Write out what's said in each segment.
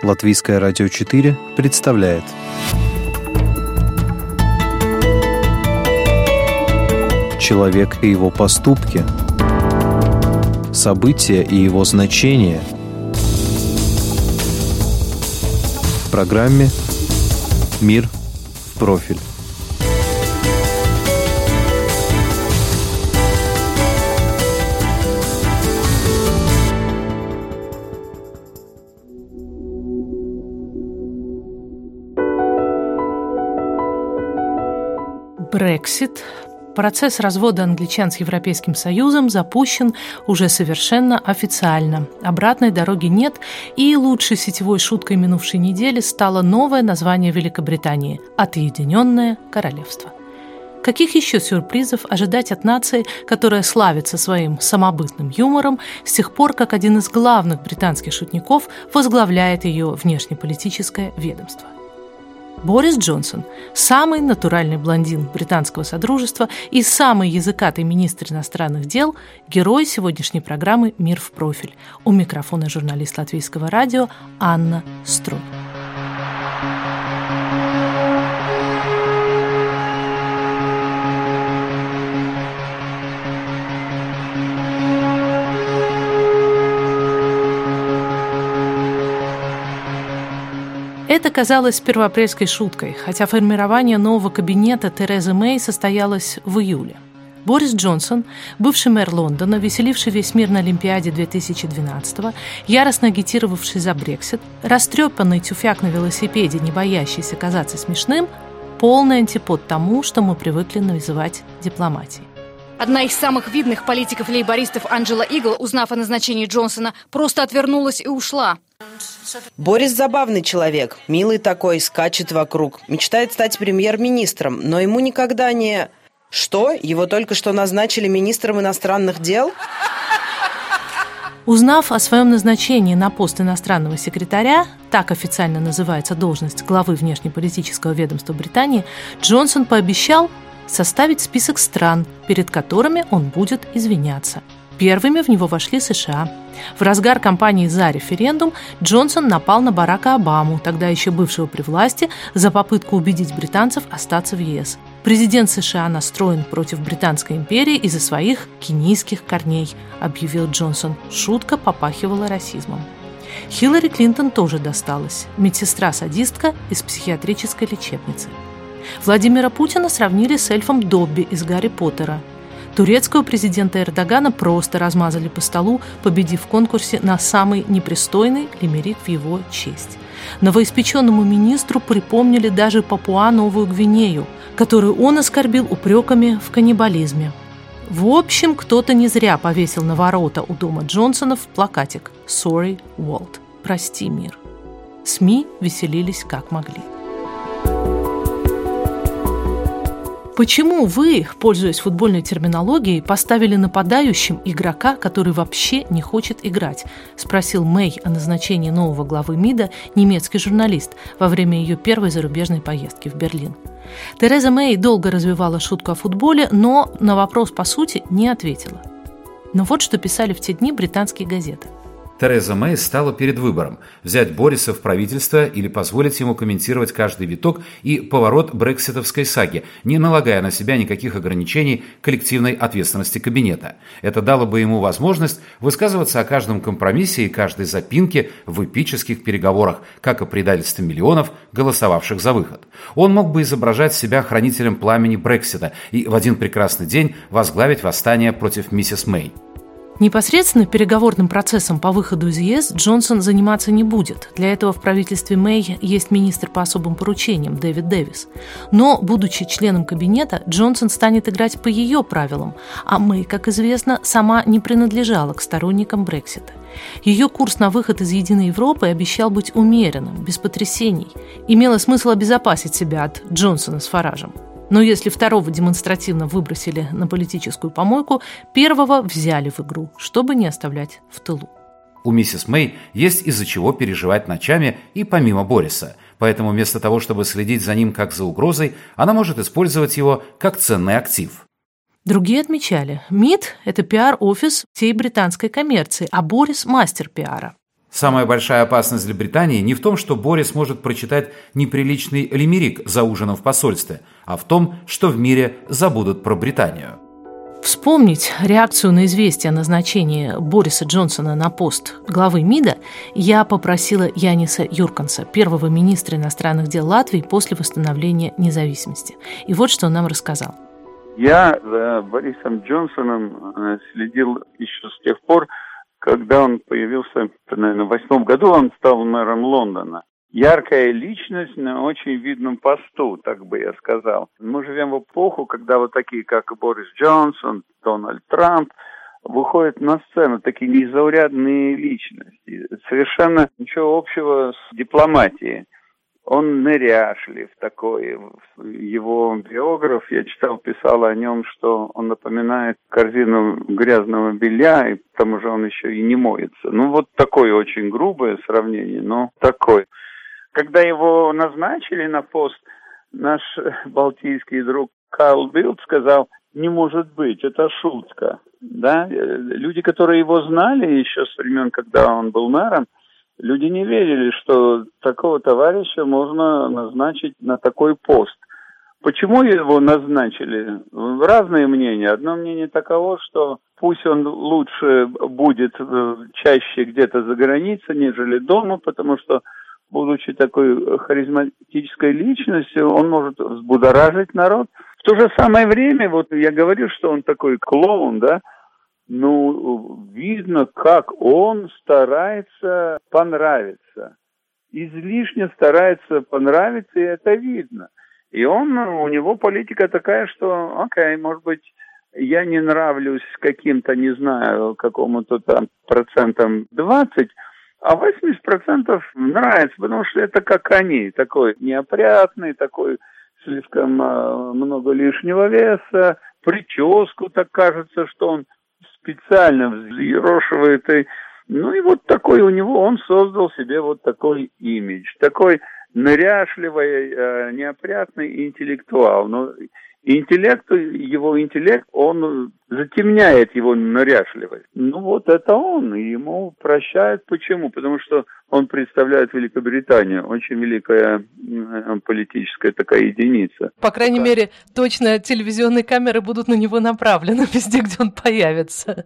Латвийское радио 4 представляет «Человек и его поступки. События и его значения». В программе «Мир в профиль». Брексит. Процесс развода англичан с Европейским Союзом запущен уже совершенно официально. Обратной дороги нет, и лучшей сетевой шуткой минувшей недели стало новое название Великобритании – Отъединенное Королевство. Каких еще сюрпризов ожидать от нации, которая славится своим самобытным юмором с тех пор, как один из главных британских шутников возглавляет ее внешнеполитическое ведомство? Борис Джонсон – самый натуральный блондин британского содружества и самый языкатый министр иностранных дел, герой сегодняшней программы «Мир в профиль». У микрофона журналист Латвийского радио Анна Строй. Это казалось первоапрельской шуткой, хотя формирование нового кабинета Терезы Мэй состоялось в июле. Борис Джонсон, бывший мэр Лондона, веселивший весь мир на Олимпиаде 2012-го, яростно агитировавший за Брексит, растрепанный тюфяк на велосипеде, не боящийся казаться смешным, полный антипод тому, что мы привыкли называть дипломатией. Одна из самых видных политиков-лейбористов Анджела Игл, узнав о назначении Джонсона, просто отвернулась и ушла. Борис забавный человек, милый такой, скачет вокруг, мечтает стать премьер-министром, но ему никогда не... Что? Его только что назначили министром иностранных дел? Узнав о своем назначении на пост иностранного секретаря, так официально называется должность главы внешнеполитического ведомства Британии, Джонсон пообещал составить список стран, перед которыми он будет извиняться. Первыми в него вошли США. В разгар кампании за референдум Джонсон напал на Барака Обаму, тогда еще бывшего при власти, за попытку убедить британцев остаться в ЕС. Президент США настроен против Британской империи из-за своих кенийских корней, объявил Джонсон. Шутка попахивала расизмом. Хиллари Клинтон тоже досталась. Медсестра-садистка из психиатрической лечебницы. Владимира Путина сравнили с эльфом Добби из «Гарри Поттера». Турецкого президента Эрдогана просто размазали по столу, победив в конкурсе на самый непристойный лимерик в его честь. Новоиспеченному министру припомнили даже Папуа-Новую Гвинею, которую он оскорбил упреками в каннибализме. В общем, кто-то не зря повесил на ворота у дома Джонсонов плакатик «Sorry, World» – «Прости, мир». СМИ веселились как могли. Почему вы, пользуясь футбольной терминологией, поставили нападающим игрока, который вообще не хочет играть? Спросил Мэй о назначении нового главы МИДа немецкий журналист во время ее первой зарубежной поездки в Берлин. Тереза Мэй долго развивала шутку о футболе, но на вопрос по сути не ответила. Но вот что писали в те дни британские газеты. Тереза Мэй стала перед выбором – взять Бориса в правительство или позволить ему комментировать каждый виток и поворот брекситовской саги, не налагая на себя никаких ограничений коллективной ответственности кабинета. Это дало бы ему возможность высказываться о каждом компромиссе и каждой запинке в эпических переговорах, как о предательстве миллионов, голосовавших за выход. Он мог бы изображать себя хранителем пламени Брексита и в один прекрасный день возглавить восстание против миссис Мэй. Непосредственно переговорным процессом по выходу из ЕС Джонсон заниматься не будет. Для этого в правительстве Мэй есть министр по особым поручениям Дэвид Дэвис. Но, будучи членом кабинета, Джонсон станет играть по ее правилам, а Мэй, как известно, сама не принадлежала к сторонникам Брексита. Ее курс на выход из Единой Европы обещал быть умеренным, без потрясений. Имело смысл обезопасить себя от Джонсона с Фаражем. Но если второго демонстративно выбросили на политическую помойку, первого взяли в игру, чтобы не оставлять в тылу. У миссис Мэй есть из-за чего переживать ночами и помимо Бориса, поэтому вместо того, чтобы следить за ним как за угрозой, она может использовать его как ценный актив. Другие отмечали, МИД – это пиар-офис всей британской коммерции, а Борис – мастер пиара. Самая большая опасность для Британии не в том, что Борис может прочитать неприличный лимерик за ужином в посольстве, а в том, что в мире забудут про Британию. Вспомнить реакцию на известие о назначении Бориса Джонсона на пост главы МИДа я попросила Яниса Юрканса, первого министра иностранных дел Латвии после восстановления независимости. И вот что он нам рассказал. Я за Борисом Джонсоном следил еще с тех пор, когда он появился, наверное, в 2008 году, он стал мэром Лондона. Яркая личность на очень видном посту, так бы я сказал. Мы живем в эпоху, когда вот такие, как Борис Джонсон, Дональд Трамп, выходят на сцену, такие незаурядные личности. Совершенно ничего общего с дипломатией. Он неряшлив такой. Его биограф, я читал, писал о нем, что он напоминает корзину грязного белья, и к тому же он еще и не моется. Ну, вот такое очень грубое сравнение, но такое. Когда его назначили на пост, наш балтийский друг Карл Билд сказал: не может быть, это шутка. Да? Люди, которые его знали еще с времен, когда он был мэром, люди не верили, что такого товарища можно назначить на такой пост. Почему его назначили? Разные мнения. Одно мнение таково, что пусть он лучше будет чаще где-то за границей, нежели дома, потому что, будучи такой харизматической личностью, он может взбудоражить народ. В то же самое время, вот я говорю, что он такой клоун, да, ну, видно, как он старается понравиться. Излишне старается понравиться, и это видно. И у него политика такая, что, окей, может быть, я не нравлюсь каким-то, не знаю, какому-то там процентам 20%, а 80% нравится, потому что это как они, такой неопрятный, такой слишком много лишнего веса, прическу, так кажется, что он специально взъерошивает. Ну и вот такой у него, он создал себе вот такой имидж, такой неряшливый, неопрятный интеллектуал. Но его интеллект, он затемняет его неряшливость. Ну вот это он, и ему прощают. Почему? Потому что он представляет Великобританию, очень великая политическая такая единица. По крайней мере, точно телевизионные камеры будут на него направлены везде, где он появится.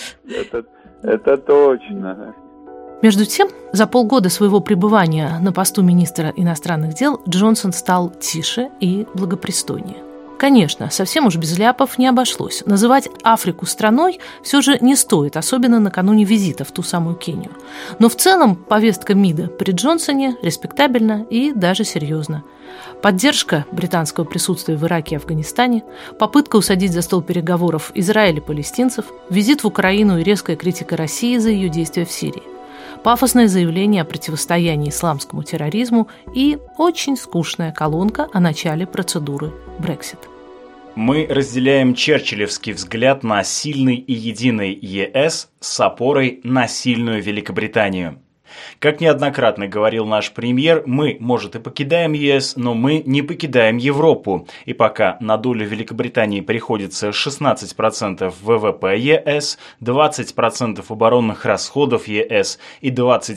Это точно. Между тем, за полгода своего пребывания на посту министра иностранных дел Джонсон стал тише и благопристойнее. Конечно, совсем уж без ляпов не обошлось. Называть Африку страной все же не стоит, особенно накануне визита в ту самую Кению. Но в целом повестка МИДа при Джонсоне респектабельна и даже серьезна. Поддержка британского присутствия в Ираке и Афганистане, попытка усадить за стол переговоров Израиль и палестинцев, визит в Украину и резкая критика России за ее действия в Сирии. Пафосное заявление о противостоянии исламскому терроризму и очень скучная колонка о начале процедуры Brexit. Мы разделяем черчиллевский взгляд на сильный и единый ЕС с опорой на сильную Великобританию. Как неоднократно говорил наш премьер, мы, может, и покидаем ЕС, но мы не покидаем Европу. И пока на долю Великобритании приходится 16% ВВП ЕС, 20% оборонных расходов ЕС и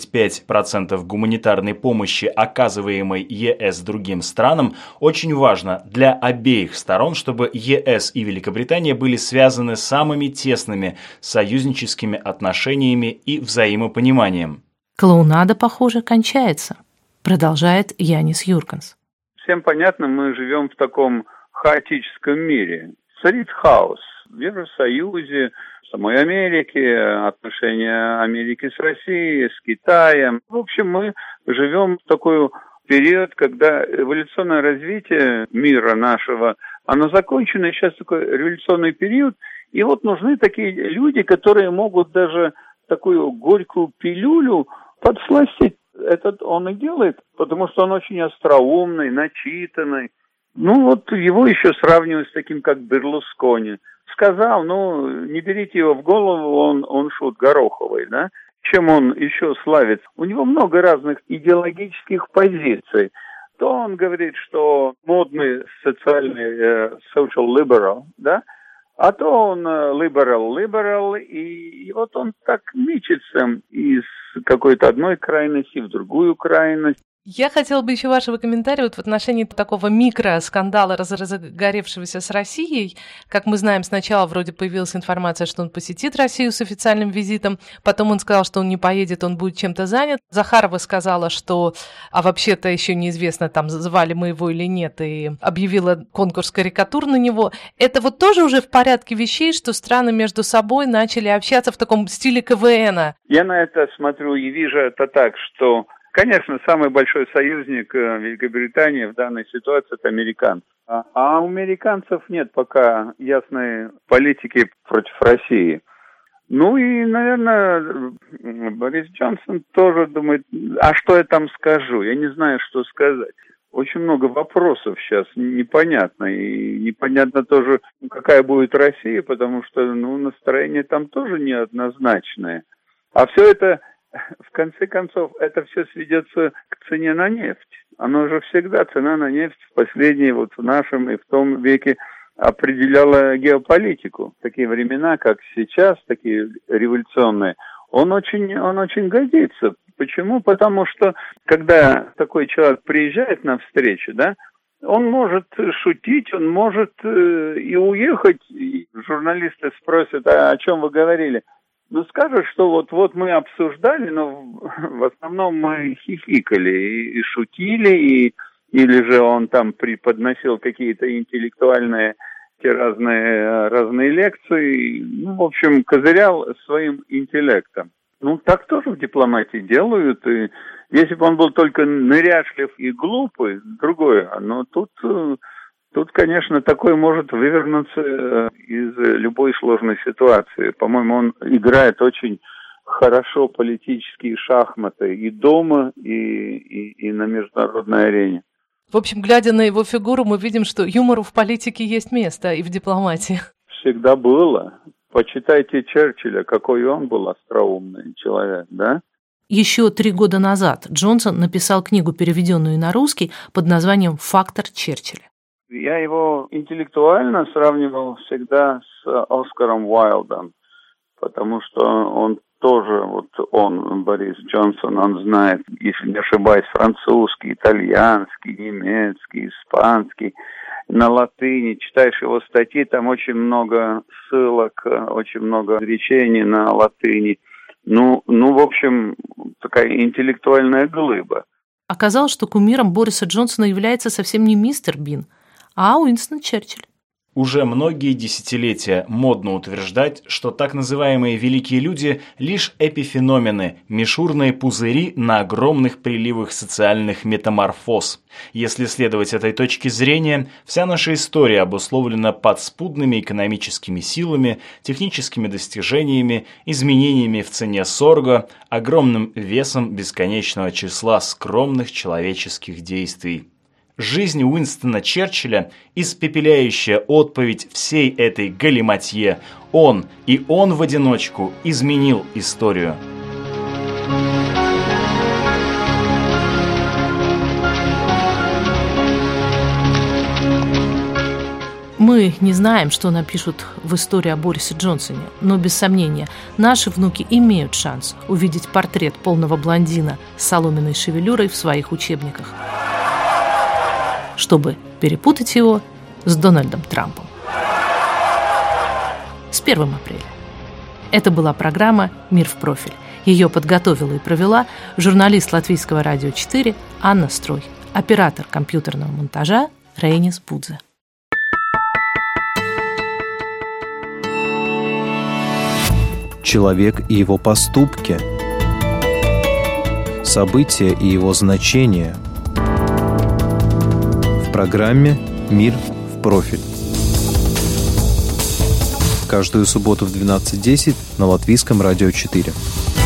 25% гуманитарной помощи, оказываемой ЕС другим странам, очень важно для обеих сторон, чтобы ЕС и Великобритания были связаны самыми тесными союзническими отношениями и взаимопониманием. Клоунада, похоже, кончается, продолжает Янис Юрканс. Всем понятно, мы живем в таком хаотическом мире. Царит хаос в Евросоюзе, в самой Америке, отношения Америки с Россией, с Китаем. В общем, мы живем в такой период, когда эволюционное развитие мира нашего, оно закончено, и сейчас такой революционный период. И вот нужны такие люди, которые могут даже такую горькую пилюлю подсластить. Этот он и делает, потому что он очень остроумный, начитанный. Ну вот его еще сравнивают с таким, как Берлускони. Сказал, не берите его в голову, он шут гороховый, да? Чем он еще славится? У него много разных идеологических позиций. То он говорит, что модный социальный social liberal, да? А то он либерал, и вот он так мечется из какой-то одной крайности в другую крайность. Я хотела бы еще вашего комментария в отношении такого микроскандала, разгоревшегося с Россией. Как мы знаем, сначала вроде появилась информация, что он посетит Россию с официальным визитом, потом он сказал, что он не поедет, он будет чем-то занят. Захарова сказала, что, вообще-то еще неизвестно, там звали мы его или нет, и объявила конкурс карикатур на него. Это вот тоже уже в порядке вещей, что страны между собой начали общаться в таком стиле КВНа? Я на это смотрю и вижу это так, что... Конечно, самый большой союзник Великобритании в данной ситуации – это американцы. А у американцев нет пока ясной политики против России. Ну и, наверное, Борис Джонсон тоже думает, а что я там скажу? Я не знаю, что сказать. Очень много вопросов сейчас непонятно. И непонятно тоже, какая будет Россия, потому что настроение там тоже неоднозначное. А все это... В конце концов, это все сведется к цене на нефть. Оно же всегда, цена на нефть в последние, в нашем и в том веке определяла геополитику. В такие времена, как сейчас, такие революционные, он очень годится. Почему? Потому что, когда такой человек приезжает на встречу, да, он может шутить, он может и уехать. И журналисты спросят, о чем вы говорили? Скажут, что вот мы обсуждали, но в основном мы хихикали и шутили, или же он там преподносил какие-то интеллектуальные разные лекции, в общем, козырял своим интеллектом. Так тоже в дипломатии делают, и если бы он был только ныряшлив и глупый, другое, но Тут, конечно, такой может вывернуться из любой сложной ситуации. По-моему, он играет очень хорошо политические шахматы и дома, и на международной арене. В общем, глядя на его фигуру, мы видим, что юмору в политике есть место и в дипломатии. Всегда было. Почитайте Черчилля, какой он был остроумный человек, да? Еще 3 года назад Джонсон написал книгу, переведенную на русский, под названием «Фактор Черчилля». Я его интеллектуально сравнивал всегда с Оскаром Уайлдом, потому что он тоже, Борис Джонсон, он знает, если не ошибаюсь, французский, итальянский, немецкий, испанский, на латыни. Читаешь его статьи, там очень много ссылок, очень много речений на латыни. В общем, такая интеллектуальная глыба. Оказалось, что кумиром Бориса Джонсона является совсем не мистер Бин, а Уинстон Черчилль. Уже многие десятилетия модно утверждать, что так называемые великие люди – лишь эпифеномены, мишурные пузыри на огромных приливах социальных метаморфоз. Если следовать этой точке зрения, вся наша история обусловлена подспудными экономическими силами, техническими достижениями, изменениями в цене сорга, огромным весом бесконечного числа скромных человеческих действий. Жизнь Уинстона Черчилля – испепеляющая отповедь всей этой галиматье. Он и он в одиночку изменил историю. Мы не знаем, что напишут в истории о Борисе Джонсоне, но без сомнения, наши внуки имеют шанс увидеть портрет полного блондина с соломенной шевелюрой в своих учебниках, чтобы перепутать его с Дональдом Трампом. С 1 апреля. Это была программа «Мир в профиль». Ее подготовила и провела журналист Латвийского радио 4 Анна Строй, оператор компьютерного монтажа Рейнис Будзе. Человек и его поступки. События и его значения. В программе «Мир в профиль». Каждую субботу в 12:10 на Латвийском радио 4.